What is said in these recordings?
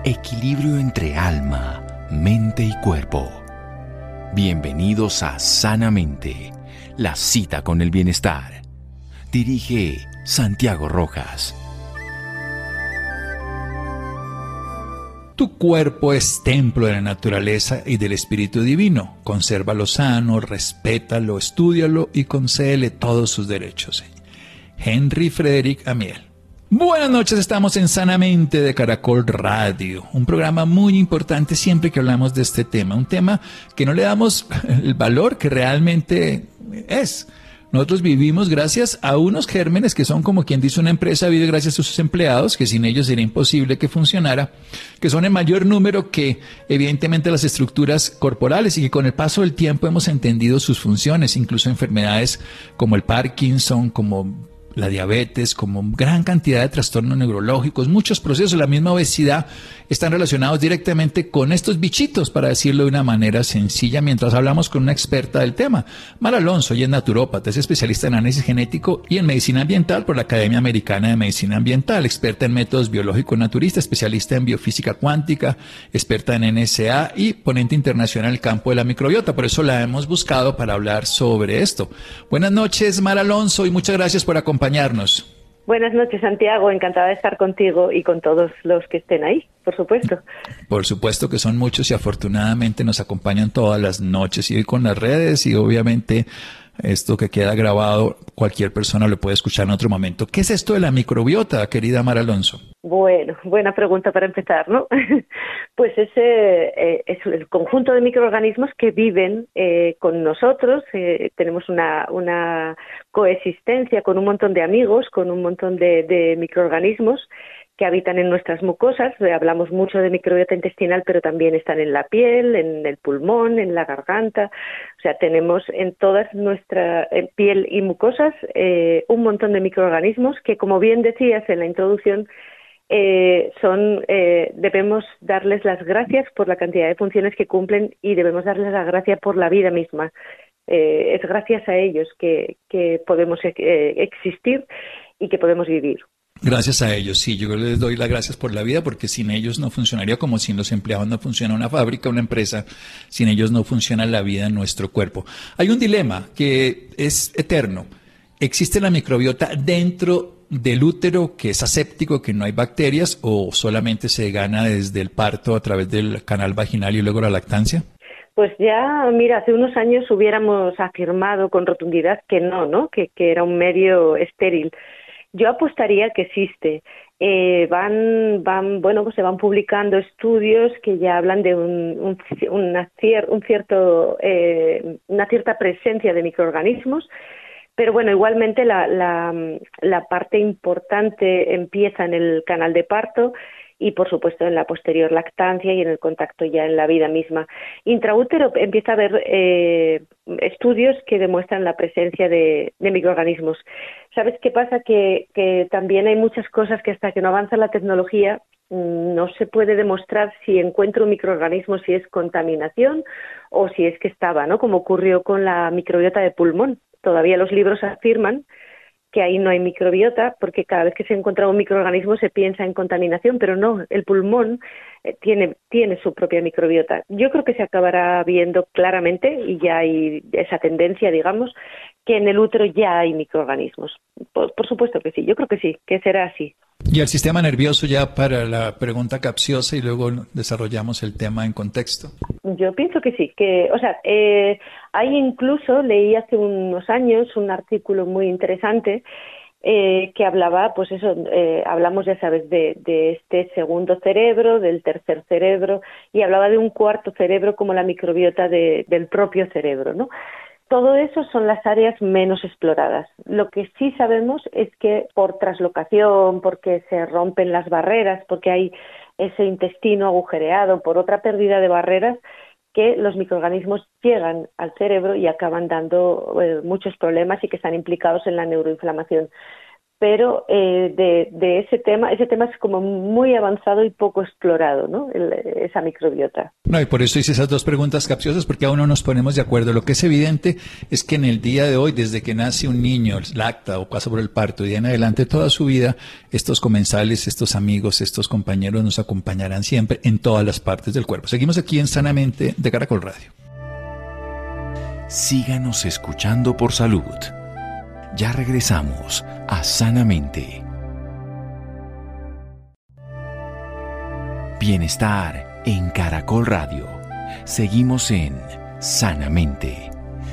Equilibrio entre alma, mente y cuerpo. Bienvenidos a Sanamente, la cita con el bienestar. Dirige Santiago Rojas. Tu cuerpo es templo de la naturaleza y del Espíritu Divino. Consérvalo sano, respétalo, estúdialo y concédele todos sus derechos. Henry Frederick Amiel. Buenas noches, estamos en Sanamente de Caracol Radio, un programa muy importante siempre que hablamos de este tema, un tema que no le damos el valor que realmente es. Nosotros vivimos gracias a unos gérmenes que son como quien dice una empresa vive gracias a sus empleados, que sin ellos sería imposible que funcionara, que son en mayor número que evidentemente las estructuras corporales y que con el paso del tiempo hemos entendido sus funciones, incluso enfermedades como el Parkinson, como la diabetes, como gran cantidad de trastornos neurológicos, muchos procesos, la misma obesidad, están relacionados directamente con estos bichitos, para decirlo de una manera sencilla, mientras hablamos con una experta del tema. Mara Alonso, ella es naturópata, es especialista en análisis genético y en medicina ambiental por la Academia Americana de Medicina Ambiental, experta en métodos biológicos naturistas, especialista en biofísica cuántica, experta en NSA y ponente internacional en el campo de la microbiota. Por eso la hemos buscado para hablar sobre esto. Buenas noches, Mara Alonso, y muchas gracias por acompañarnos. Buenas noches, Santiago. Encantada de estar contigo y con todos los que estén ahí, por supuesto. Por supuesto que son muchos y afortunadamente nos acompañan todas las noches y hoy con las redes y obviamente esto que queda grabado, cualquier persona lo puede escuchar en otro momento. ¿Qué es esto de la microbiota, querida Mara Alonso? Bueno, buena pregunta para empezar, ¿no? Pues ese es el conjunto de microorganismos que viven con nosotros. Tenemos una coexistencia con un montón de amigos, con un montón de microorganismos que habitan en nuestras mucosas. Hablamos mucho de microbiota intestinal, pero también están en la piel, en el pulmón, en la garganta. O sea, tenemos en toda nuestra piel y mucosas un montón de microorganismos que, como bien decías en la introducción, debemos darles las gracias por la cantidad de funciones que cumplen y debemos darles las gracias por la vida misma. Es gracias a ellos que podemos existir y que podemos vivir. Gracias a ellos, sí, yo les doy las gracias por la vida porque sin ellos no funcionaría, como sin los empleados no funciona una fábrica, una empresa, sin ellos no funciona la vida en nuestro cuerpo. Hay un dilema que es eterno. ¿Existe la microbiota dentro del útero que es aséptico, que no hay bacterias, o solamente se gana desde el parto a través del canal vaginal y luego la lactancia? Pues ya, mira, hace unos años hubiéramos afirmado con rotundidad que no, que era un medio estéril. Yo apostaría que existe. Se van publicando estudios que ya hablan de una cierta presencia de microorganismos, pero bueno, igualmente la parte importante empieza en el canal de parto y por supuesto en la posterior lactancia y en el contacto ya en la vida misma. Intraútero empieza a haber estudios que demuestran la presencia de microorganismos. ¿Sabes qué pasa? Que también hay muchas cosas que hasta que no avanza la tecnología no se puede demostrar si encuentro un microorganismo, si es contaminación o si es que estaba, ¿no? Como ocurrió con la microbiota de pulmón. Todavía los libros afirman que ahí no hay microbiota, porque cada vez que se encuentra un microorganismo se piensa en contaminación, pero no, el pulmón tiene su propia microbiota. Yo creo que se acabará viendo claramente, y ya hay esa tendencia, digamos, que en el útero ya hay microorganismos. Por supuesto que sí, yo creo que sí, que será así. Y el sistema nervioso, ya para la pregunta capciosa y luego desarrollamos el tema en contexto. Yo pienso que sí, hay incluso, leí hace unos años un artículo muy interesante que hablaba, pues eso, hablamos ya sabes de este segundo cerebro, del tercer cerebro, y hablaba de un cuarto cerebro como la microbiota del propio cerebro, ¿no? Todo eso son las áreas menos exploradas. Lo que sí sabemos es que por traslocación, porque se rompen las barreras, porque hay ese intestino agujereado, por otra pérdida de barreras, que los microorganismos llegan al cerebro y acaban dando muchos problemas y que están implicados en la neuroinflamación. pero de ese tema es como muy avanzado y poco explorado, ¿no? Esa microbiota. No, y por eso hice esas dos preguntas capciosas, porque aún no nos ponemos de acuerdo. Lo que es evidente es que en el día de hoy, desde que nace un niño, lacta o pasa por el parto y de en adelante toda su vida, estos comensales, estos amigos, estos compañeros nos acompañarán siempre en todas las partes del cuerpo. Seguimos aquí en Sanamente de Caracol Radio. Síganos escuchando por salud. Ya regresamos a Sanamente. Bienestar en Caracol Radio. Seguimos en Sanamente.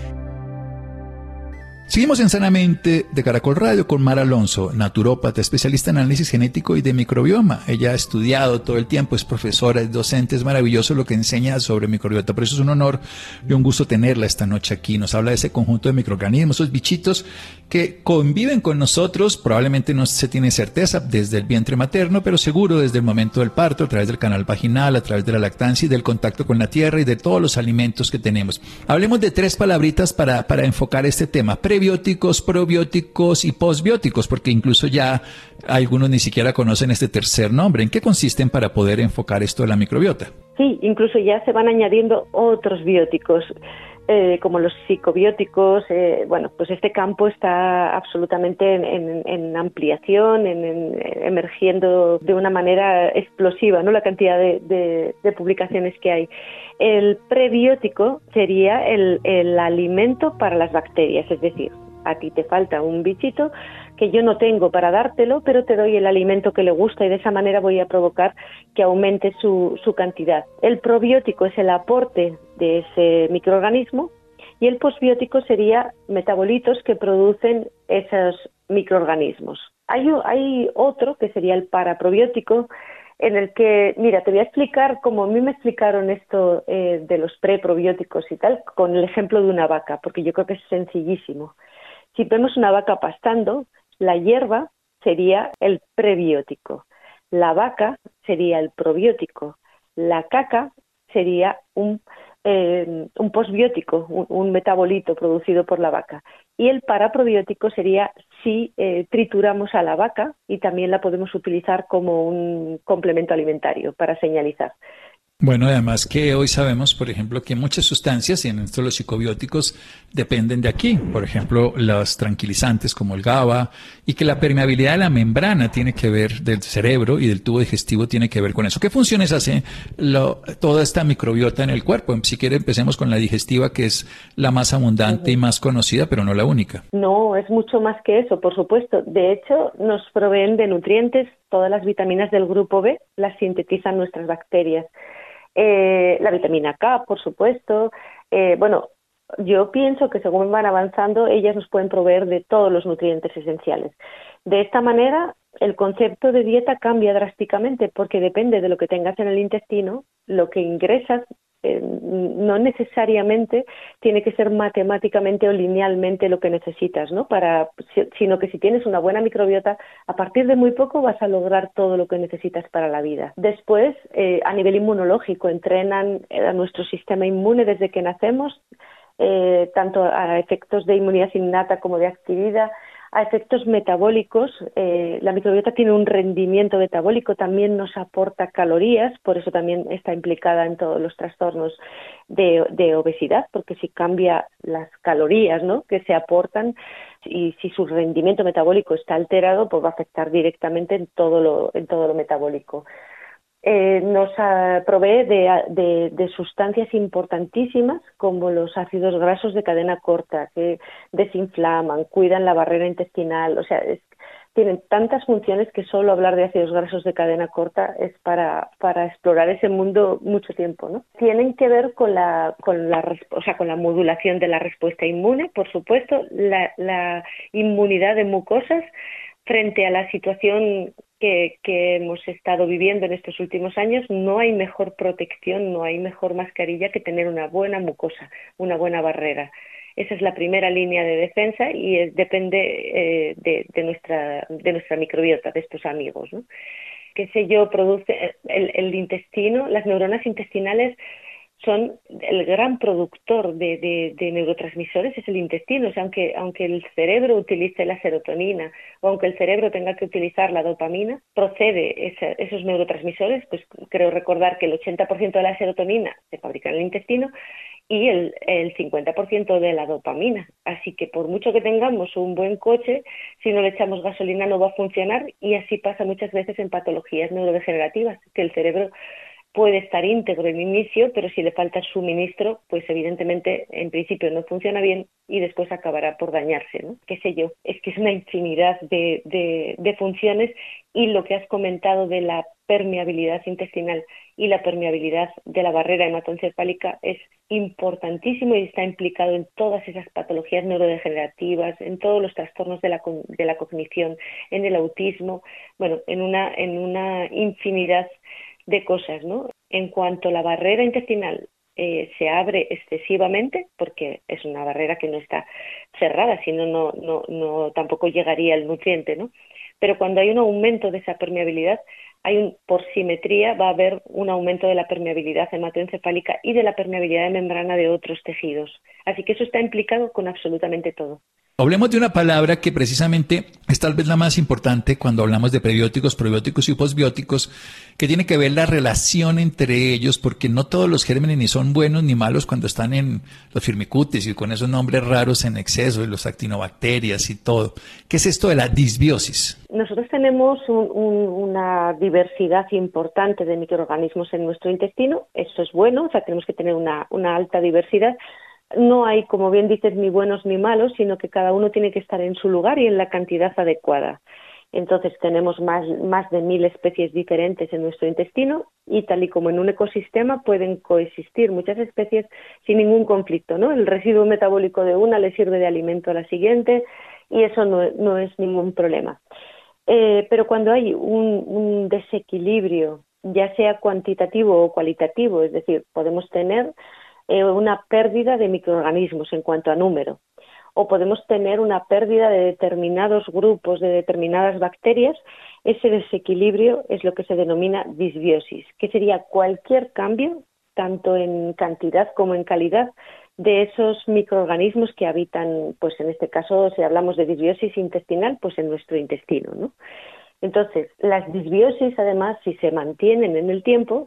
Seguimos en Sanamente de Caracol Radio con Mara Alonso, naturópata, especialista en análisis genético y de microbioma. Ella ha estudiado todo el tiempo, es profesora, es docente, es maravilloso lo que enseña sobre microbiota. Por eso es un honor y un gusto tenerla esta noche aquí. Nos habla de ese conjunto de microorganismos, esos bichitos que conviven con nosotros, probablemente no se tiene certeza desde el vientre materno, pero seguro desde el momento del parto, a través del canal vaginal, a través de la lactancia y del contacto con la tierra y de todos los alimentos que tenemos. Hablemos de 3 palabritas para enfocar este tema: prebióticos, probióticos y posbióticos, porque incluso ya algunos ni siquiera conocen este tercer nombre. ¿En qué consisten para poder enfocar esto de la microbiota? Sí, incluso ya se van añadiendo otros bióticos, como los psicobióticos. Bueno, pues este campo está absolutamente en ampliación, emergiendo de una manera explosiva, ¿no? La cantidad de publicaciones que hay. El prebiótico sería el alimento para las bacterias, es decir, a ti te falta un bichito que yo no tengo para dártelo, pero te doy el alimento que le gusta y de esa manera voy a provocar que aumente su cantidad. El probiótico es el aporte de ese microorganismo y el posbiótico sería metabolitos que producen esos microorganismos. Hay otro que sería el paraprobiótico, en el que, mira, te voy a explicar como a mí me explicaron esto de los preprobióticos y tal, con el ejemplo de una vaca, porque yo creo que es sencillísimo. Si vemos una vaca pastando, la hierba sería el prebiótico, la vaca sería el probiótico, la caca sería un posbiótico, un metabolito producido por la vaca, y el paraprobiótico sería si trituramos a la vaca y también la podemos utilizar como un complemento alimentario para señalizar. Bueno, además que hoy sabemos, por ejemplo, que muchas sustancias, y en esto los psicobióticos, dependen de aquí. Por ejemplo, los tranquilizantes como el GABA, y que la permeabilidad de la membrana tiene que ver, del cerebro y del tubo digestivo tiene que ver con eso. ¿Qué funciones hace toda esta microbiota en el cuerpo? Si quiere, empecemos con la digestiva, que es la más abundante y más conocida, pero no la única. No, es mucho más que eso, por supuesto. De hecho, nos proveen de nutrientes. Todas las vitaminas del grupo B las sintetizan nuestras bacterias. La vitamina K, por supuesto. Bueno, yo pienso que según van avanzando, ellas nos pueden proveer de todos los nutrientes esenciales. De esta manera, el concepto de dieta cambia drásticamente porque depende de lo que tengas en el intestino, lo que ingresas no necesariamente tiene que ser matemáticamente o linealmente lo que necesitas, ¿no? Sino que si tienes una buena microbiota, a partir de muy poco vas a lograr todo lo que necesitas para la vida. Después, a nivel inmunológico, entrenan a nuestro sistema inmune desde que nacemos, tanto a efectos de inmunidad innata como de adquirida, a efectos metabólicos. La microbiota tiene un rendimiento metabólico, también nos aporta calorías, por eso también está implicada en todos los trastornos de obesidad, porque si cambia las calorías, ¿no?, que se aportan, y si su rendimiento metabólico está alterado, pues va a afectar directamente en todo lo metabólico. Nos provee de sustancias importantísimas como los ácidos grasos de cadena corta, que desinflaman, cuidan la barrera intestinal. O sea, tienen tantas funciones que solo hablar de ácidos grasos de cadena corta es para explorar ese mundo mucho tiempo, ¿no? Tienen que ver con la modulación de la respuesta inmune, por supuesto, la inmunidad de mucosas frente a la situación que hemos estado viviendo en estos últimos años. No hay mejor protección, no hay mejor mascarilla que tener una buena mucosa, una buena barrera. Esa es la primera línea de defensa y depende de nuestra microbiota, de estos amigos, ¿no? Qué sé yo, produce el intestino, las neuronas intestinales son el gran productor de neurotransmisores es el intestino. O sea, aunque el cerebro utilice la serotonina o aunque el cerebro tenga que utilizar la dopamina, procede esos neurotransmisores. Pues creo recordar que el 80% de la serotonina se fabrica en el intestino y el 50% de la dopamina. Así que por mucho que tengamos un buen coche, si no le echamos gasolina no va a funcionar, y así pasa muchas veces en patologías neurodegenerativas, que el cerebro puede estar íntegro en inicio, pero si le falta suministro, pues evidentemente en principio no funciona bien y después acabará por dañarse, ¿no? Qué sé yo, es que es una infinidad de funciones, y lo que has comentado de la permeabilidad intestinal y la permeabilidad de la barrera hematoencefálica es importantísimo y está implicado en todas esas patologías neurodegenerativas, en todos los trastornos de la cognición, en el autismo, bueno, en una infinidad de cosas, ¿no? En cuanto la barrera intestinal se abre excesivamente, porque es una barrera que no está cerrada, si no, no tampoco llegaría el nutriente, ¿no? Pero cuando hay un aumento de esa permeabilidad, por simetría va a haber un aumento de la permeabilidad hematoencefálica y de la permeabilidad de membrana de otros tejidos. Así que eso está implicado con absolutamente todo. Hablemos de una palabra que precisamente es tal vez la más importante cuando hablamos de prebióticos, probióticos y posbióticos, que tiene que ver la relación entre ellos, porque no todos los gérmenes ni son buenos ni malos cuando están en los firmicutes y con esos nombres raros en exceso, y los actinobacterias y todo. ¿Qué es esto de la disbiosis? Nosotros tenemos una diversidad importante de microorganismos en nuestro intestino. Eso es bueno, o sea, tenemos que tener una alta diversidad. No hay, como bien dices, ni buenos ni malos, sino que cada uno tiene que estar en su lugar y en la cantidad adecuada. Entonces tenemos más de 1000 especies diferentes en nuestro intestino, y tal y como en un ecosistema pueden coexistir muchas especies sin ningún conflicto, ¿no? El residuo metabólico de una le sirve de alimento a la siguiente y eso no es ningún problema. Pero cuando hay un desequilibrio, ya sea cuantitativo o cualitativo, es decir, podemos tener una pérdida de microorganismos en cuanto a número, o podemos tener una pérdida de determinados grupos, de determinadas bacterias. Ese desequilibrio es lo que se denomina disbiosis, que sería cualquier cambio, tanto en cantidad como en calidad, de esos microorganismos que habitan, pues en este caso, si hablamos de disbiosis intestinal, pues en nuestro intestino, ¿no? Entonces, las disbiosis, además, si se mantienen en el tiempo,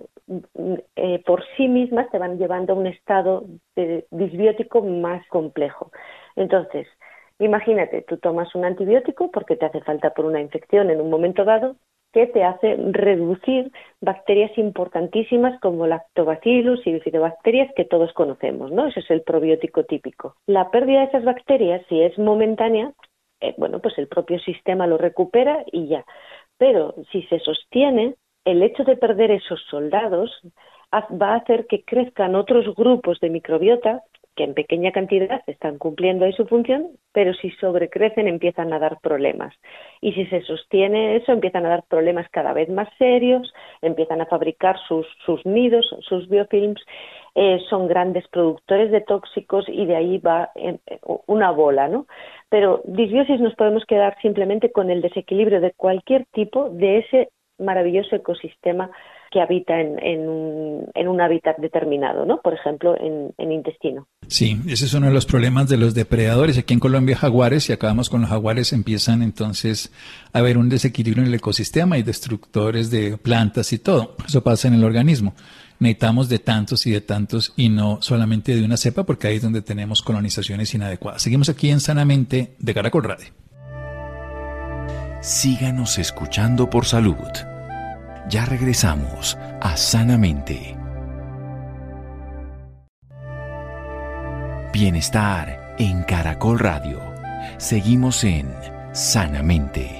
por sí mismas te van llevando a un estado disbiótico más complejo. Entonces, imagínate, tú tomas un antibiótico porque te hace falta por una infección en un momento dado, que te hace reducir bacterias importantísimas como lactobacillus y bifidobacterias que todos conocemos, ¿no? Ese es el probiótico típico. La pérdida de esas bacterias, si es momentánea, pues el propio sistema lo recupera y ya. Pero si se sostiene, el hecho de perder esos soldados va a hacer que crezcan otros grupos de microbiota que en pequeña cantidad están cumpliendo ahí su función, pero si sobrecrecen empiezan a dar problemas. Y si se sostiene eso, empiezan a dar problemas cada vez más serios, empiezan a fabricar sus nidos, sus biofilms, son grandes productores de tóxicos y de ahí va una bola, ¿no? Pero disbiosis nos podemos quedar simplemente con el desequilibrio de cualquier tipo de ese maravilloso ecosistema que habita en un hábitat determinado, ¿no? Por ejemplo, en intestino. Sí, ese es uno de los problemas de los depredadores. Aquí en Colombia, jaguares, si acabamos con los jaguares, empiezan entonces a haber un desequilibrio en el ecosistema y destructores de plantas y todo. Eso pasa en el organismo. Necesitamos de tantos y no solamente de una cepa, porque ahí es donde tenemos colonizaciones inadecuadas. Seguimos aquí en Sanamente de Caracol Radio. Síganos escuchando por salud. Ya regresamos a Sanamente. Bienestar en Caracol Radio. Seguimos en Sanamente.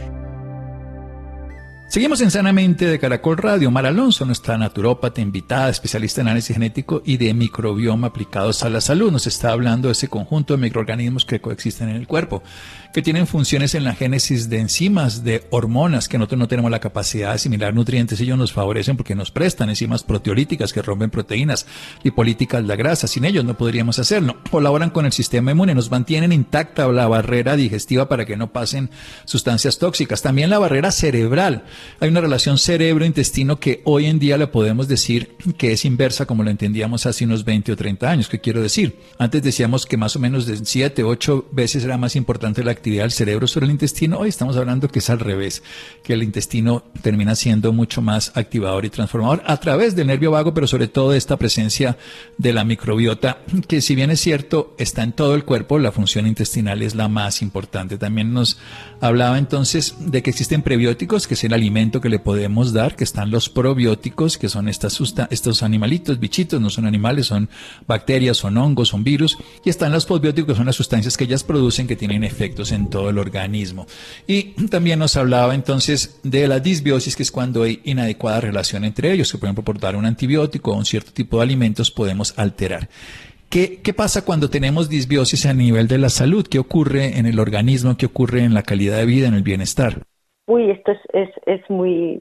Seguimos en Sanamente de Caracol Radio. Mara Alonso, nuestra naturópata invitada, especialista en análisis genético y de microbioma aplicados a la salud, nos está hablando de ese conjunto de microorganismos que coexisten en el cuerpo, que tienen funciones en la génesis de enzimas, de hormonas, que nosotros no tenemos la capacidad de asimilar nutrientes. Ellos nos favorecen porque nos prestan enzimas proteolíticas que rompen proteínas, lipolíticas la grasa. Sin ellos no podríamos hacerlo. Colaboran con el sistema inmune, nos mantienen intacta la barrera digestiva para que no pasen sustancias tóxicas. También la barrera cerebral. Hay una relación cerebro-intestino que hoy en día la podemos decir que es inversa como lo entendíamos hace unos 20 o 30 años. ¿Qué quiero decir? Antes decíamos que más o menos de 7, 8 veces era más importante la actividad del cerebro sobre el intestino. Hoy estamos hablando que es al revés, que el intestino termina siendo mucho más activador y transformador a través del nervio vago, pero sobre todo de esta presencia de la microbiota, que si bien es cierto, está en todo el cuerpo, la función intestinal es la más importante. También nos hablaba entonces de que existen prebióticos, que es el alimento que le podemos dar, que están los probióticos, que son estos animalitos, bichitos, no son animales, son bacterias, son hongos, son virus, y están los posbióticos, que son las sustancias que ellas producen que tienen efectos en todo el organismo. Y también nos hablaba entonces de la disbiosis, que es cuando hay inadecuada relación entre ellos, que por ejemplo por dar un antibiótico o un cierto tipo de alimentos podemos alterar. ¿Qué pasa cuando tenemos disbiosis a nivel de la salud? ¿Qué ocurre en el organismo? ¿Qué ocurre en la calidad de vida, en el bienestar? Uy, esto es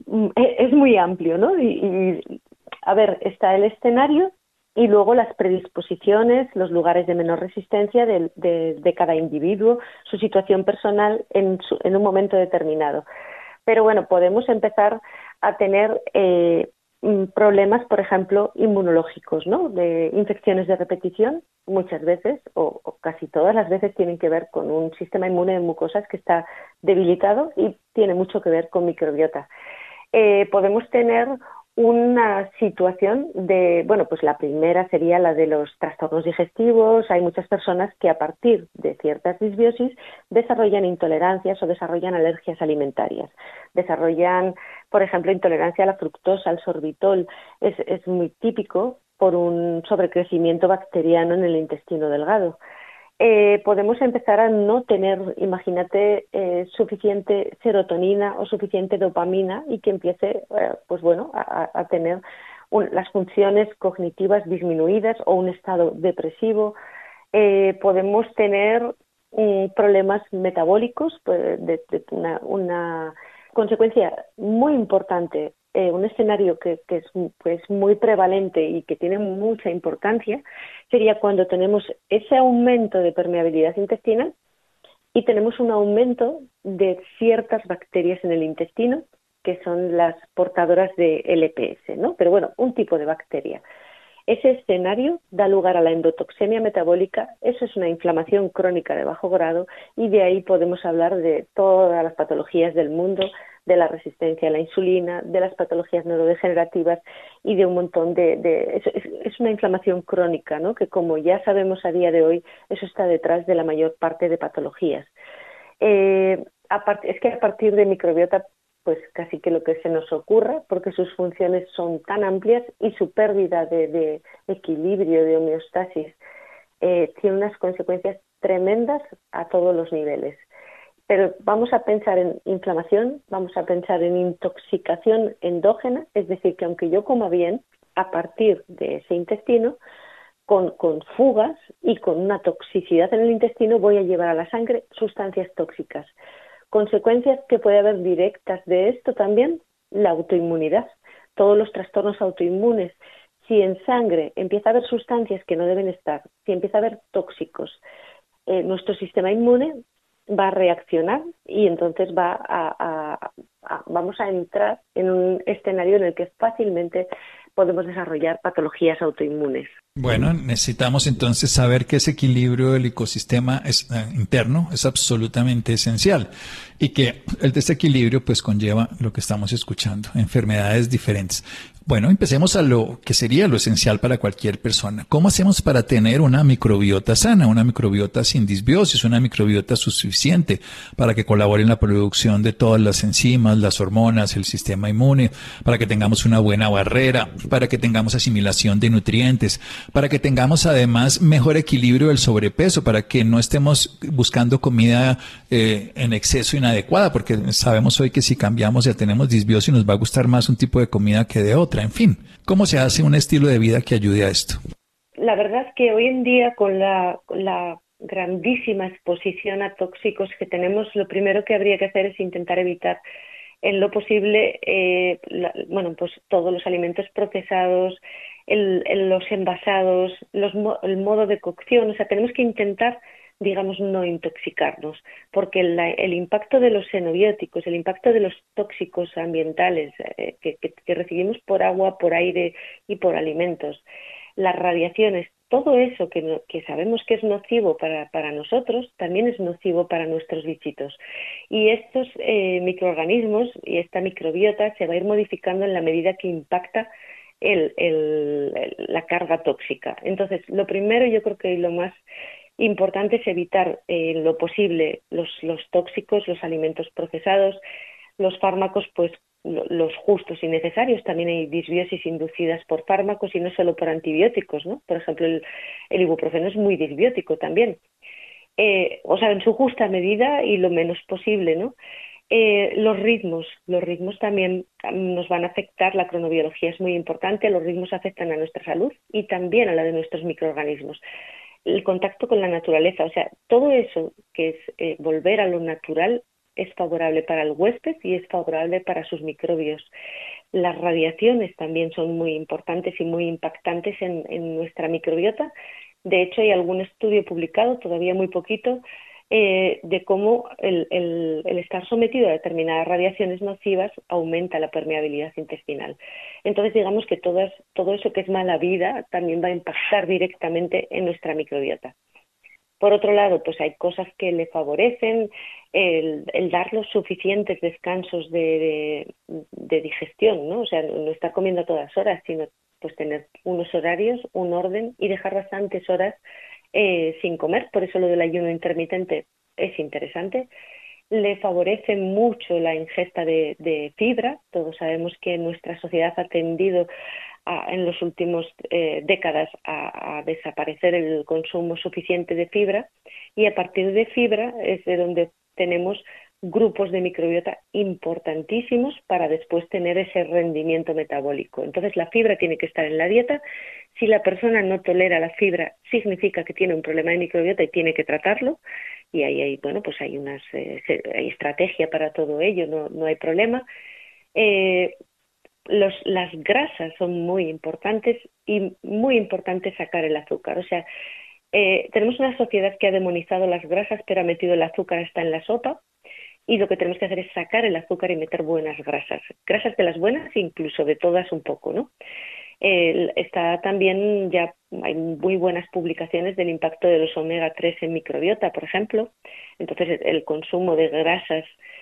muy amplio, ¿no? A ver, está el escenario y luego las predisposiciones, los lugares de menor resistencia de cada individuo, su situación personal en un momento determinado. Pero bueno, podemos empezar a tener problemas, por ejemplo, inmunológicos, ¿no? De infecciones de repetición, muchas veces, o casi todas las veces, tienen que ver con un sistema inmune de mucosas que está debilitado y tiene mucho que ver con microbiota. Podemos tener una situación pues la primera sería la de los trastornos digestivos. Hay muchas personas que a partir de ciertas disbiosis desarrollan intolerancias o desarrollan alergias alimentarias. Desarrollan, por ejemplo, intolerancia a la fructosa, al sorbitol. Es muy típico por un sobrecrecimiento bacteriano en el intestino delgado. Podemos empezar a no tener, imagínate, suficiente serotonina o suficiente dopamina y que empiece, a tener las funciones cognitivas disminuidas o un estado depresivo. Podemos tener problemas metabólicos, pues, de una consecuencia muy importante. Un escenario que es muy prevalente y que tiene mucha importancia sería cuando tenemos ese aumento de permeabilidad intestinal y tenemos un aumento de ciertas bacterias en el intestino, que son las portadoras de LPS, ¿no? Pero bueno, un tipo de bacteria. Ese escenario da lugar a la endotoxemia metabólica. Eso es una inflamación crónica de bajo grado y de ahí podemos hablar de todas las patologías del mundo, de la resistencia a la insulina, de las patologías neurodegenerativas y de un montón es una inflamación crónica, ¿no? Que como ya sabemos a día de hoy, eso está detrás de la mayor parte de patologías. Es que a partir de microbiota, pues casi que lo que se nos ocurra, porque sus funciones son tan amplias y su pérdida de equilibrio, de homeostasis, tiene unas consecuencias tremendas a todos los niveles. Pero vamos a pensar en inflamación, vamos a pensar en intoxicación endógena, es decir, que aunque yo coma bien, a partir de ese intestino, con fugas y con una toxicidad en el intestino, voy a llevar a la sangre sustancias tóxicas. Consecuencias que puede haber directas de esto también, la autoinmunidad, todos los trastornos autoinmunes. Si en sangre empieza a haber sustancias que no deben estar, si empieza a haber tóxicos, nuestro sistema inmune va a reaccionar y entonces vamos a entrar en un escenario en el que fácilmente podemos desarrollar patologías autoinmunes. Bueno, necesitamos entonces saber que ese equilibrio del ecosistema interno es absolutamente esencial y que el desequilibrio pues conlleva lo que estamos escuchando, enfermedades diferentes. Bueno, empecemos a lo que sería lo esencial para cualquier persona. ¿Cómo hacemos para tener una microbiota sana, una microbiota sin disbiosis, una microbiota suficiente para que colabore en la producción de todas las enzimas, las hormonas, el sistema inmune, para que tengamos una buena barrera, para que tengamos asimilación de nutrientes, para que tengamos además mejor equilibrio del sobrepeso, para que no estemos buscando comida en exceso inadecuada, porque sabemos hoy que si cambiamos, ya tenemos disbiosis, nos va a gustar más un tipo de comida que de otra. En fin, ¿cómo se hace un estilo de vida que ayude a esto? La verdad es que hoy en día con la grandísima exposición a tóxicos que tenemos, lo primero que habría que hacer es intentar evitar en lo posible pues todos los alimentos procesados, los envasados, el modo de cocción. O sea, tenemos que intentar digamos, no intoxicarnos, porque el impacto de los xenobióticos, el impacto de los tóxicos ambientales que recibimos por agua, por aire y por alimentos, las radiaciones, todo eso que sabemos que es nocivo para nosotros, también es nocivo para nuestros bichitos. Y estos microorganismos y esta microbiota se va a ir modificando en la medida que impacta la carga tóxica. Entonces, lo primero, yo creo que lo más importante es evitar en lo posible los tóxicos, los alimentos procesados, los fármacos, pues los justos y necesarios. También hay disbiosis inducidas por fármacos y no solo por antibióticos, ¿no? Por ejemplo, el ibuprofeno es muy disbiótico también. O sea, en su justa medida y lo menos posible, ¿no? Los ritmos también nos van a afectar, la cronobiología es muy importante, los ritmos afectan a nuestra salud y también a la de nuestros microorganismos. El contacto con la naturaleza, o sea, todo eso que es volver a lo natural es favorable para el huésped y es favorable para sus microbios. Las radiaciones también son muy importantes y muy impactantes en nuestra microbiota. De hecho, hay algún estudio publicado, todavía muy poquito, de cómo el estar sometido a determinadas radiaciones nocivas aumenta la permeabilidad intestinal. Entonces, digamos que todo eso que es mala vida también va a impactar directamente en nuestra microbiota. Por otro lado, pues hay cosas que le favorecen el dar los suficientes descansos de digestión, ¿no? O sea, no estar comiendo a todas horas, sino pues tener unos horarios, un orden y dejar bastantes horas sin comer. Por eso lo del ayuno intermitente es interesante. Le favorece mucho la ingesta de fibra. Todos sabemos que nuestra sociedad ha tendido en los últimos décadas a desaparecer el consumo suficiente de fibra, y a partir de fibra es de donde tenemos grupos de microbiota importantísimos para después tener ese rendimiento metabólico. Entonces la fibra tiene que estar en la dieta. Si la persona no tolera la fibra, significa que tiene un problema de microbiota y tiene que tratarlo, y ahí hay, bueno, pues hay hay estrategia para todo ello, no hay problema. Las grasas son muy importantes y muy importante sacar el azúcar. O sea, tenemos una sociedad que ha demonizado las grasas, pero ha metido el azúcar hasta en la sopa, y lo que tenemos que hacer es sacar el azúcar y meter buenas grasas. Grasas de las buenas, incluso de todas un poco, ¿no? Está también, ya hay muy buenas publicaciones del impacto de los omega 3 en microbiota, por ejemplo. Entonces, el consumo de grasas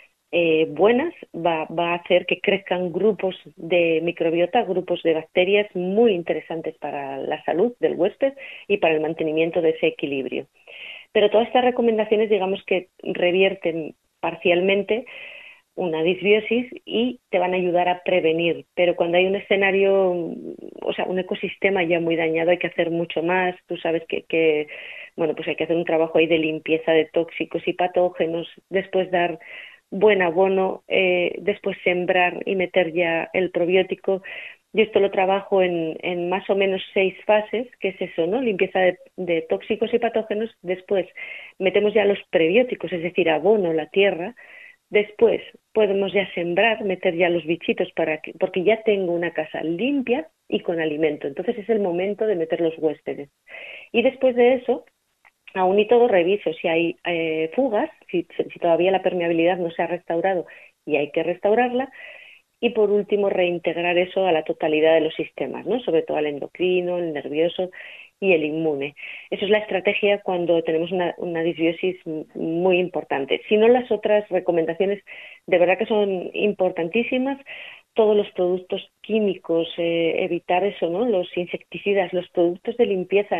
buenas va a hacer que crezcan grupos de microbiota, grupos de bacterias muy interesantes para la salud del huésped y para el mantenimiento de ese equilibrio. Pero todas estas recomendaciones, digamos que revierten parcialmente una disbiosis y te van a ayudar a prevenir, pero cuando hay un escenario, o sea, un ecosistema ya muy dañado, hay que hacer mucho más. Tú sabes que bueno, pues hay que hacer un trabajo ahí de limpieza de tóxicos y patógenos, después dar buen abono, después sembrar y meter ya el probiótico. Yo esto lo trabajo en más o menos 6 fases, que es eso, ¿no? Limpieza de tóxicos y patógenos, después metemos ya los prebióticos, es decir, abono, la tierra. Después podemos ya sembrar, meter ya los bichitos porque ya tengo una casa limpia y con alimento. Entonces es el momento de meter los huéspedes. Y después de eso, aún y todo reviso si hay fugas, si todavía la permeabilidad no se ha restaurado y hay que restaurarla. Y por último, reintegrar eso a la totalidad de los sistemas, ¿no? Sobre todo al endocrino, el nervioso y el inmune. Esa es la estrategia cuando tenemos una disbiosis muy importante. Si no, las otras recomendaciones de verdad que son importantísimas. Todos los productos químicos, evitar eso, ¿no? Los insecticidas, los productos de limpieza,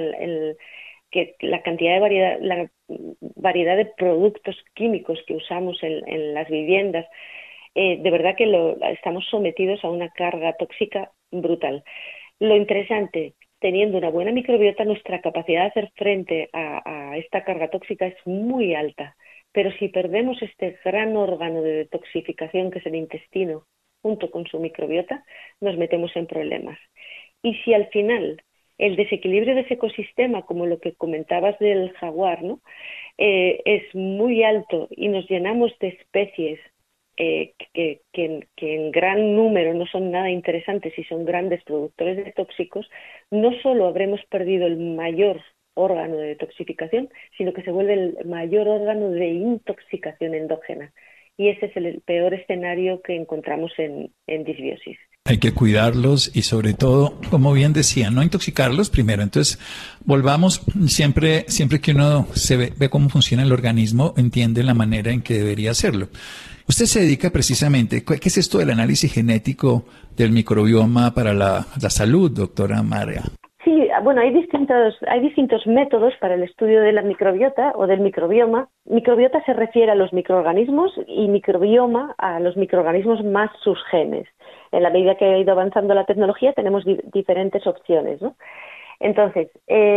que la cantidad de la variedad de productos químicos que usamos en las viviendas, de verdad que estamos sometidos a una carga tóxica brutal. Lo interesante, teniendo una buena microbiota, nuestra capacidad de hacer frente a esta carga tóxica es muy alta, pero si perdemos este gran órgano de detoxificación que es el intestino, junto con su microbiota, nos metemos en problemas. Y si al final el desequilibrio de ese ecosistema, como lo que comentabas del jaguar, ¿no? Es muy alto y nos llenamos de especies que en gran número no son nada interesantes y son grandes productores de tóxicos, no solo habremos perdido el mayor órgano de detoxificación, sino que se vuelve el mayor órgano de intoxicación endógena. Y ese es el peor escenario que encontramos en disbiosis. Hay que cuidarlos y sobre todo, como bien decía, no intoxicarlos primero. Entonces, volvamos, siempre que uno ve cómo funciona el organismo, entiende la manera en que debería hacerlo. Usted se dedica precisamente, ¿qué es esto del análisis genético del microbioma para la salud, doctora María? Sí, bueno, hay distintos métodos para el estudio de la microbiota o del microbioma. Microbiota se refiere a los microorganismos y microbioma a los microorganismos más sus genes. En la medida que ha ido avanzando la tecnología tenemos diferentes opciones, ¿no? Entonces,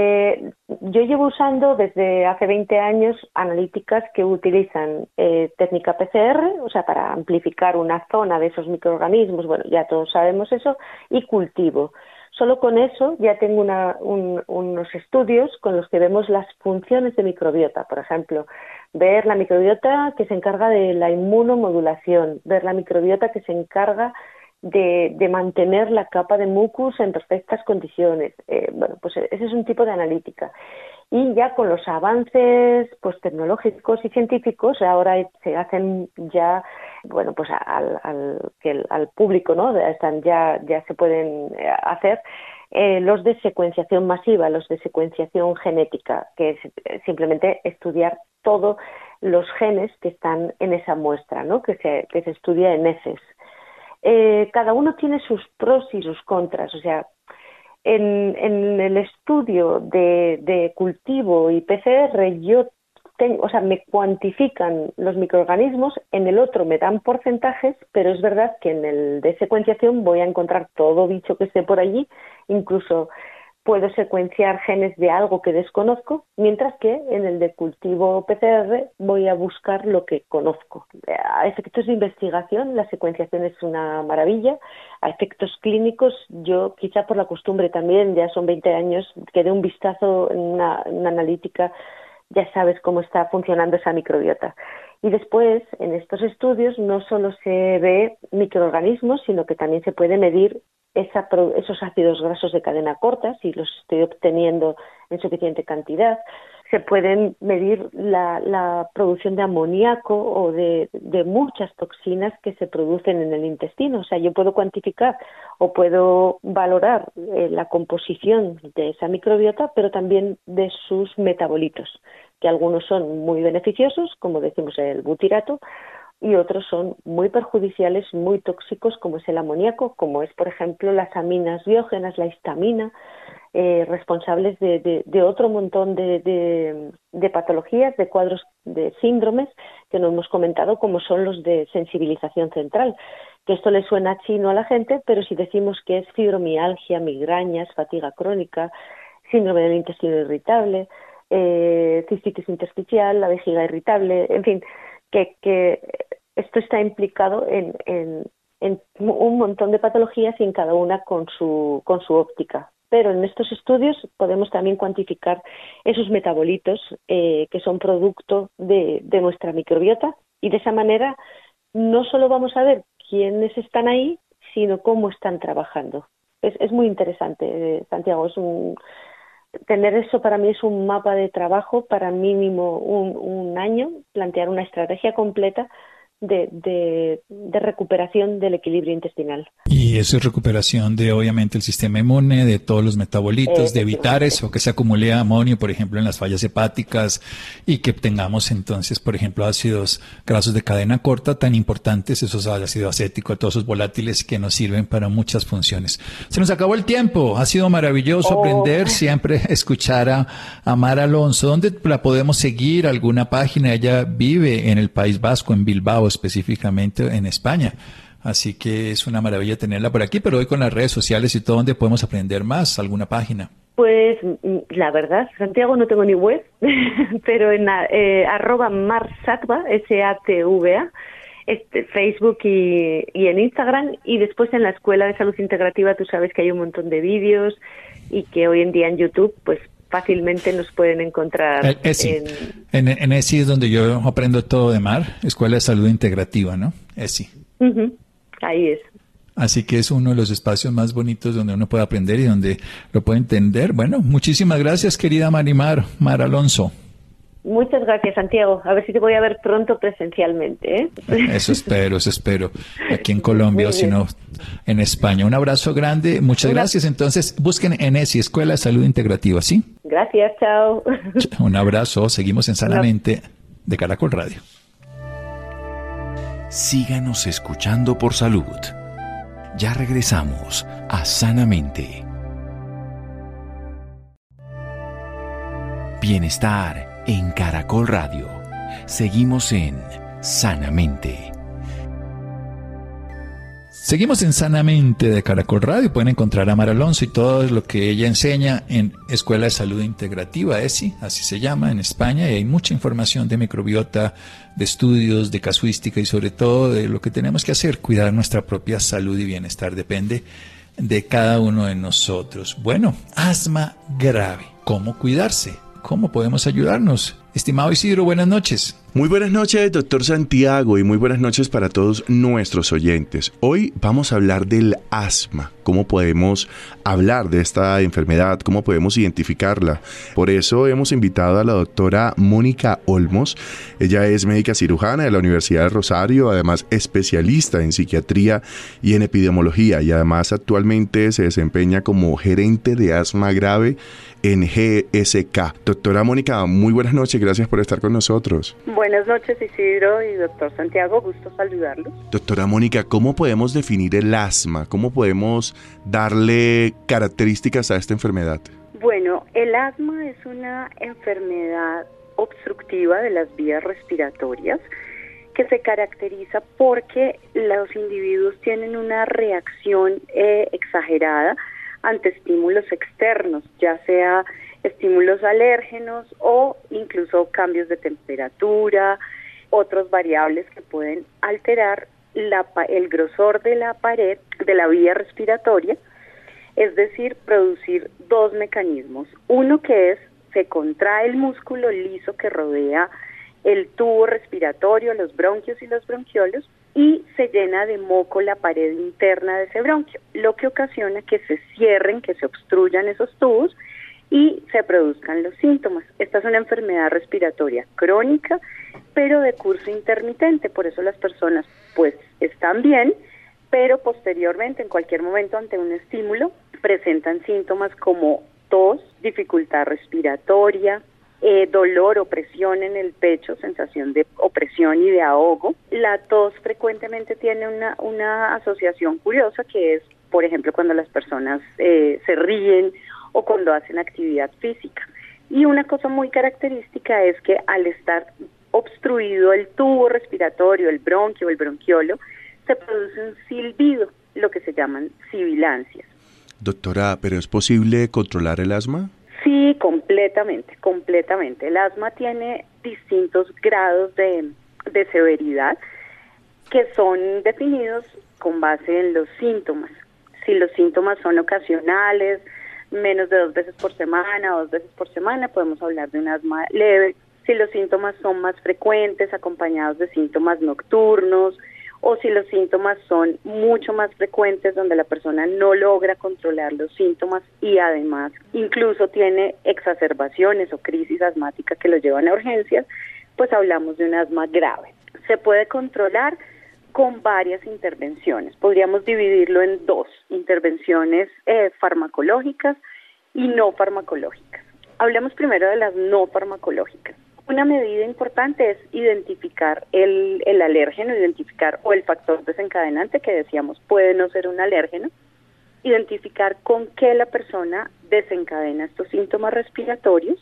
yo llevo usando desde hace 20 años analíticas que utilizan técnica PCR, o sea, para amplificar una zona de esos microorganismos, bueno, ya todos sabemos eso, y cultivo. Solo con eso ya tengo unos estudios con los que vemos las funciones de microbiota. Por ejemplo, ver la microbiota que se encarga de la inmunomodulación, ver la microbiota que se encarga de mantener la capa de mucus en perfectas condiciones. Bueno, pues ese es un tipo de analítica. Y ya con los avances pues tecnológicos y científicos, ahora se hacen ya, bueno, pues al público, ¿no? Ya se pueden hacer los de secuenciación masiva, los de secuenciación genética, que es simplemente estudiar todos los genes que están en esa muestra, ¿no? Que se estudia en heces. Cada uno tiene sus pros y sus contras, o sea, en el estudio de cultivo y PCR me cuantifican los microorganismos, en el otro me dan porcentajes, pero es verdad que en el de secuenciación voy a encontrar todo bicho que esté por allí, incluso puedo secuenciar genes de algo que desconozco, mientras que en el de cultivo PCR voy a buscar lo que conozco. A efectos de investigación, la secuenciación es una maravilla. A efectos clínicos, yo quizá por la costumbre también, ya son 20 años, que dé un vistazo en una analítica, ya sabes cómo está funcionando esa microbiota. Y después, en estos estudios, no solo se ve microorganismos, sino que también se puede medir esos ácidos grasos de cadena corta, si los estoy obteniendo en suficiente cantidad. Se pueden medir la producción de amoníaco o de muchas toxinas que se producen en el intestino. O sea, yo puedo cuantificar o puedo valorar la composición de esa microbiota, pero también de sus metabolitos, que algunos son muy beneficiosos, como decimos el butirato, y otros son muy perjudiciales, muy tóxicos, como es el amoníaco, como es, por ejemplo, las aminas biógenas, la histamina, responsables de otro montón de patologías, de cuadros, de síndromes que no hemos comentado, como son los de sensibilización central, que esto le suena chino a la gente, pero si decimos que es fibromialgia, migrañas, fatiga crónica, síndrome del intestino irritable, cistitis intersticial, la vejiga irritable, en fin, que esto está implicado en un montón de patologías y en cada una con su óptica. Pero en estos estudios podemos también cuantificar esos metabolitos que son producto de nuestra microbiota, y de esa manera no solo vamos a ver quiénes están ahí, sino cómo están trabajando. Es muy interesante, Santiago. Tener eso para mí es un mapa de trabajo para mínimo un año, plantear una estrategia completa de recuperación del equilibrio intestinal. Y eso es recuperación de, obviamente, el sistema inmune, de todos los metabolitos, de evitar eso, que se acumule amonio, por ejemplo, en las fallas hepáticas, y que tengamos entonces, por ejemplo, ácidos grasos de cadena corta tan importantes, esos ácido acético, todos esos volátiles que nos sirven para muchas funciones. Se nos acabó el tiempo. Ha sido maravilloso aprender, siempre escuchar a Mar Alonso. ¿Dónde la podemos seguir? ¿Alguna página? Ella vive en el País Vasco, en Bilbao, específicamente en España. Así que es una maravilla tenerla por aquí, pero hoy con las redes sociales y todo, ¿dónde podemos aprender más? ¿Alguna página? Pues la verdad, Santiago, no tengo ni web, pero en @marsatva, SATVA, Facebook y en Instagram, y después en la Escuela de Salud Integrativa tú sabes que hay un montón de vídeos y que hoy en día en YouTube pues fácilmente nos pueden encontrar. En ESI es donde yo aprendo todo de Mar, Escuela de Salud Integrativa, ¿no? ESI. Ahí es. Así que es uno de los espacios más bonitos donde uno puede aprender y donde lo puede entender. Bueno, muchísimas gracias, querida Mar Alonso. Muchas gracias, Santiago. A ver si te voy a ver pronto presencialmente, ¿eh? Eso espero. Aquí en Colombia o si no, en España. Un abrazo grande. Muchas gracias. Entonces, busquen en ESI, Escuela de Salud Integrativa, ¿sí? Gracias, chao. Un abrazo. Seguimos en Sanamente de Caracol Radio. Síganos escuchando por salud. Ya regresamos a Sanamente. Bienestar en Caracol Radio. Seguimos en Sanamente. Seguimos en Sanamente de Caracol Radio. Pueden encontrar a Mar Alonso y todo lo que ella enseña en Escuela de Salud Integrativa, ESI, así se llama en España, y hay mucha información de microbiota, de estudios, de casuística y sobre todo de lo que tenemos que hacer, cuidar nuestra propia salud y bienestar. Depende de cada uno de nosotros. Bueno, asma grave. ¿Cómo cuidarse? ¿Cómo podemos ayudarnos? Estimado Isidro, buenas noches. Muy buenas noches, doctor Santiago, y muy buenas noches para todos nuestros oyentes. Hoy vamos a hablar del asma, cómo podemos hablar de esta enfermedad, cómo podemos identificarla. Por eso hemos invitado a la doctora Mónica Olmos. Ella es médica cirujana de la Universidad de Rosario, además especialista en psiquiatría y en epidemiología, y además actualmente se desempeña como gerente de asma grave en GSK. Doctora Mónica, muy buenas noches, gracias por estar con nosotros. Buenas noches, Isidro y doctor Santiago, gusto saludarlos. Doctora Mónica, ¿cómo podemos definir el asma? ¿Cómo podemos darle características a esta enfermedad? Bueno, el asma es una enfermedad obstructiva de las vías respiratorias que se caracteriza porque los individuos tienen una reacción exagerada ante estímulos externos, ya sea estímulos alérgenos o incluso cambios de temperatura, otras variables que pueden alterar el grosor de la pared de la vía respiratoria, es decir, producir dos mecanismos. Uno que es, se contrae el músculo liso que rodea el tubo respiratorio, los bronquios y los bronquiolos, y se llena de moco la pared interna de ese bronquio, lo que ocasiona que se cierren, que se obstruyan esos tubos y se produzcan los síntomas. Esta es una enfermedad respiratoria crónica, pero de curso intermitente, por eso las personas pues están bien, pero posteriormente, en cualquier momento ante un estímulo, presentan síntomas como tos, dificultad respiratoria, dolor, opresión en el pecho, sensación de opresión y de ahogo. La tos frecuentemente tiene una asociación curiosa que es, por ejemplo, cuando las personas se ríen o cuando hacen actividad física. Y una cosa muy característica es que al estar obstruido el tubo respiratorio, el bronquio o el bronquiolo, se produce un silbido, lo que se llaman sibilancias. Doctora, ¿pero es posible controlar el asma? Sí, completamente. El asma tiene distintos grados de severidad que son definidos con base en los síntomas. Si los síntomas son ocasionales, menos de 2 veces por semana o 2 veces por semana, podemos hablar de un asma leve. Si los síntomas son más frecuentes, acompañados de síntomas nocturnos, o si los síntomas son mucho más frecuentes, donde la persona no logra controlar los síntomas y además incluso tiene exacerbaciones o crisis asmáticas que lo llevan a urgencias, pues hablamos de un asma grave. Se puede controlar con varias intervenciones. Podríamos dividirlo en 2, intervenciones farmacológicas y no farmacológicas. Hablemos primero de las no farmacológicas. Una medida importante es identificar el alérgeno, o el factor desencadenante, que decíamos puede no ser un alérgeno, identificar con qué la persona desencadena estos síntomas respiratorios.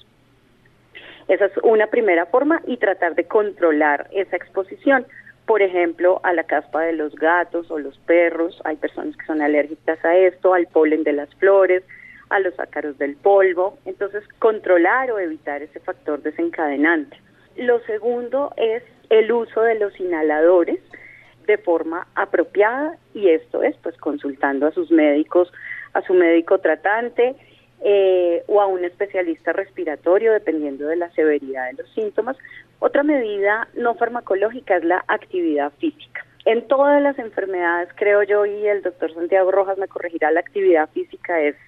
Esa es una primera forma, y tratar de controlar esa exposición. Por ejemplo, a la caspa de los gatos o los perros, hay personas que son alérgicas a esto, al polen de las flores, a los ácaros del polvo. Entonces, controlar o evitar ese factor desencadenante. Lo segundo es el uso de los inhaladores de forma apropiada, y esto es pues consultando a sus médicos, a su médico tratante o a un especialista respiratorio, dependiendo de la severidad de los síntomas. Otra medida no farmacológica es la actividad física. En todas las enfermedades, creo yo, y el doctor Santiago Rojas me corregirá, la actividad física es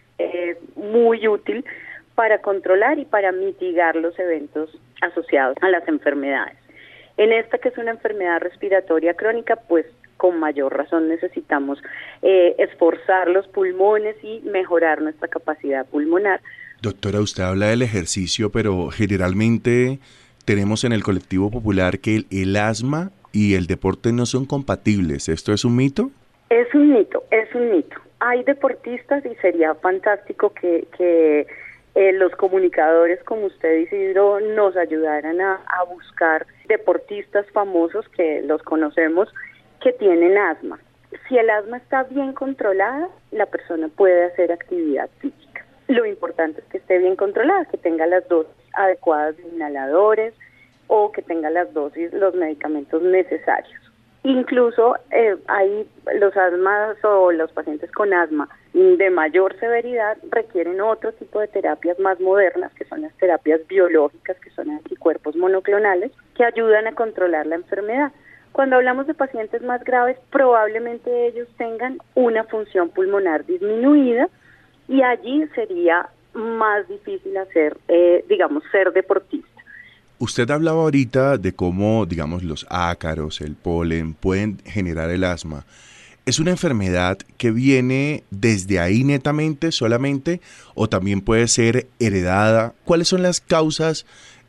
muy útil para controlar y para mitigar los eventos asociados a las enfermedades. En esta, que es una enfermedad respiratoria crónica, pues con mayor razón necesitamos esforzar los pulmones y mejorar nuestra capacidad pulmonar. Doctora, usted habla del ejercicio, pero generalmente tenemos en el colectivo popular que el asma y el deporte no son compatibles. ¿Esto es un mito? Es un mito, es un mito. Hay deportistas y sería fantástico que los comunicadores como usted, Isidro, nos ayudaran a buscar deportistas famosos, que los conocemos, que tienen asma. Si el asma está bien controlada, la persona puede hacer actividad física. Lo importante es que esté bien controlada, que tenga las dosis adecuadas de inhaladores o que tenga las dosis, los medicamentos necesarios. Incluso hay los asmas o los pacientes con asma de mayor severidad requieren otro tipo de terapias más modernas, que son las terapias biológicas, que son anticuerpos monoclonales, que ayudan a controlar la enfermedad. Cuando hablamos de pacientes más graves, probablemente ellos tengan una función pulmonar disminuida y allí sería más difícil hacer, ser deportista. Usted hablaba ahorita de cómo, digamos, los ácaros, el polen, pueden generar el asma. ¿Es una enfermedad que viene desde ahí netamente, solamente, o también puede ser heredada? ¿Cuáles son las causas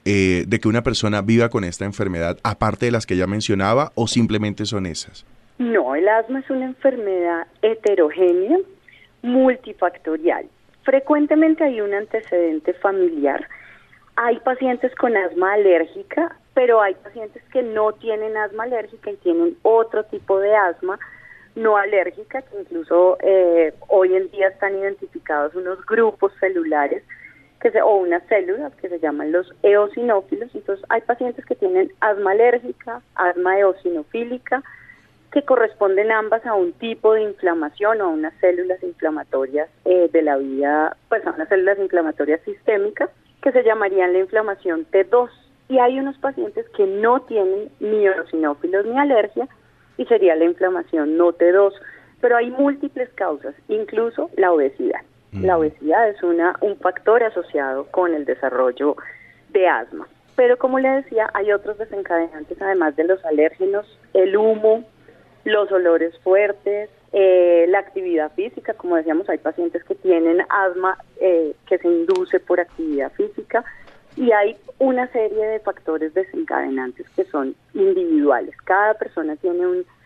de que una persona viva con esta enfermedad, aparte de las que ya mencionaba, o simplemente son esas? No, el asma es una enfermedad heterogénea, multifactorial. Frecuentemente hay un antecedente familiar. Hay pacientes con asma alérgica, pero hay pacientes que no tienen asma alérgica y tienen otro tipo de asma no alérgica, que incluso hoy en día están identificados unos grupos celulares o unas células que se llaman los eosinófilos. Entonces hay pacientes que tienen asma alérgica, asma eosinofílica, que corresponden ambas a un tipo de inflamación o a unas células inflamatorias de la vía, pues a unas células inflamatorias sistémicas, que se llamarían la inflamación T2. Y hay unos pacientes que no tienen ni eosinófilos ni alergia, y sería la inflamación no T2. Pero hay múltiples causas, incluso la obesidad. La obesidad es un factor asociado con el desarrollo de asma. Pero como le decía, hay otros desencadenantes, además de los alérgenos, el humo, los olores fuertes, la actividad física. Como decíamos, hay pacientes que tienen asma que se induce por actividad física, y hay una serie de factores desencadenantes que son individuales. Cada persona tiene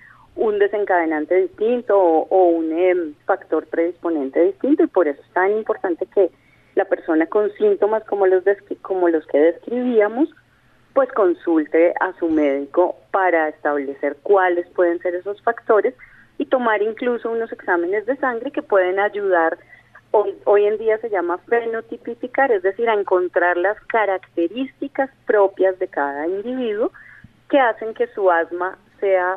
un desencadenante distinto o un factor predisponente distinto, y por eso es tan importante que la persona con síntomas como los que describíamos, pues consulte a su médico para establecer cuáles pueden ser esos factores y tomar incluso unos exámenes de sangre que pueden ayudar. Hoy en día se llama fenotipificar, es decir, a encontrar las características propias de cada individuo que hacen que su asma sea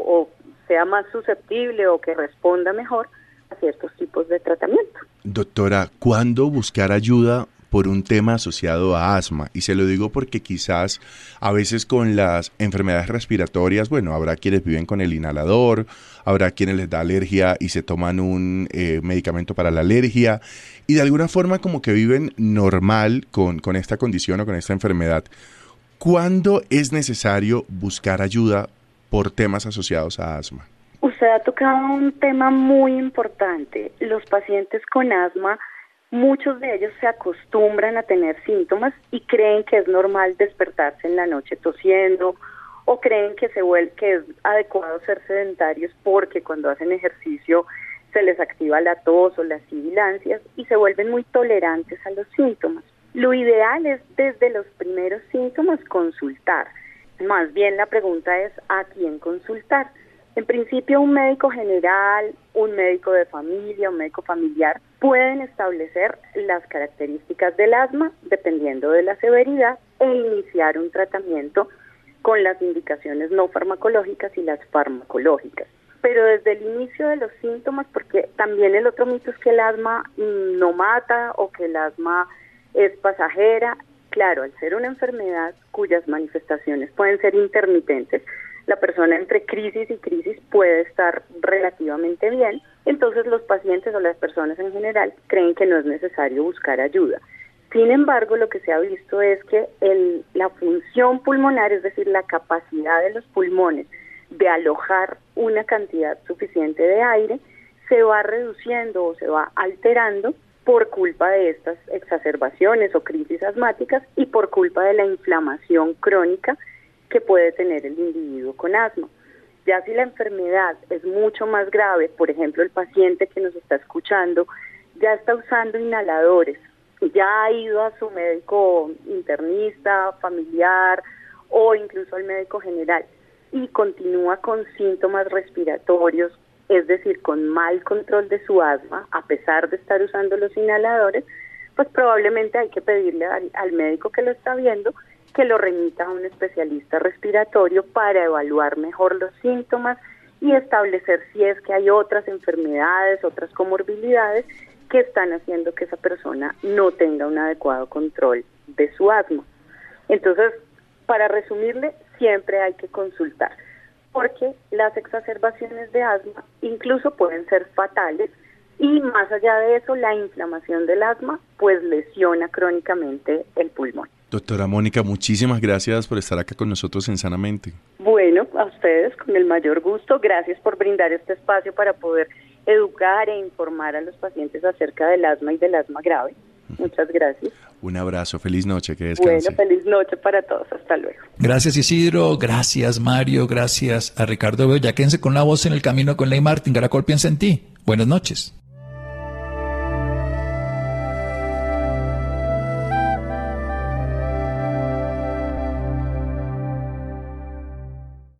sea más susceptible o que responda mejor a ciertos tipos de tratamiento. Doctora, ¿cuándo buscar ayuda por un tema asociado a asma? Y se lo digo porque quizás a veces con las enfermedades respiratorias, bueno, habrá quienes viven con el inhalador, habrá quienes les da alergia y se toman un medicamento para la alergia, y de alguna forma como que viven normal con esta condición o con esta enfermedad. ¿Cuándo es necesario buscar ayuda por temas asociados a asma? Usted ha tocado un tema muy importante. Los pacientes con asma, muchos de ellos se acostumbran a tener síntomas y creen que es normal despertarse en la noche tosiendo, o creen que es adecuado ser sedentarios porque cuando hacen ejercicio se les activa la tos o las sibilancias, y se vuelven muy tolerantes a los síntomas. Lo ideal es desde los primeros síntomas consultar. Más bien la pregunta es ¿a quién consultar? En principio un médico general, un médico de familia, un médico familiar pueden establecer las características del asma dependiendo de la severidad e iniciar un tratamiento con las indicaciones no farmacológicas y las farmacológicas. Pero desde el inicio de los síntomas, porque también el otro mito es que el asma no mata o que el asma es pasajera. Claro, al ser una enfermedad cuyas manifestaciones pueden ser intermitentes, la persona entre crisis y crisis puede estar relativamente bien, entonces los pacientes o las personas en general creen que no es necesario buscar ayuda. Sin embargo, lo que se ha visto es que la función pulmonar, es decir, la capacidad de los pulmones de alojar una cantidad suficiente de aire, se va reduciendo o se va alterando por culpa de estas exacerbaciones o crisis asmáticas y por culpa de la inflamación crónica que puede tener el individuo con asma. Ya si la enfermedad es mucho más grave, por ejemplo, el paciente que nos está escuchando ya está usando inhaladores, ya ha ido a su médico internista, familiar o incluso al médico general y continúa con síntomas respiratorios, es decir, con mal control de su asma, a pesar de estar usando los inhaladores, pues probablemente hay que pedirle al médico que lo está viendo que lo remita a un especialista respiratorio para evaluar mejor los síntomas y establecer si es que hay otras enfermedades, otras comorbilidades que están haciendo que esa persona no tenga un adecuado control de su asma. Entonces, para resumirle, siempre hay que consultar, porque las exacerbaciones de asma incluso pueden ser fatales y más allá de eso, la inflamación del asma pues lesiona crónicamente el pulmón. Doctora Mónica, muchísimas gracias por estar acá con nosotros en Sanamente. Bueno, a ustedes con el mayor gusto. Gracias por brindar este espacio para poder educar e informar a los pacientes acerca del asma y del asma grave. Muchas gracias. Un abrazo, feliz noche, que descanse. Bueno, feliz noche para todos. Hasta luego. Gracias, Isidro. Gracias, Mario. Gracias a Ricardo Bedoya. Quédense con la voz en el camino con Ley Martín. Caracol piensa en ti. Buenas noches.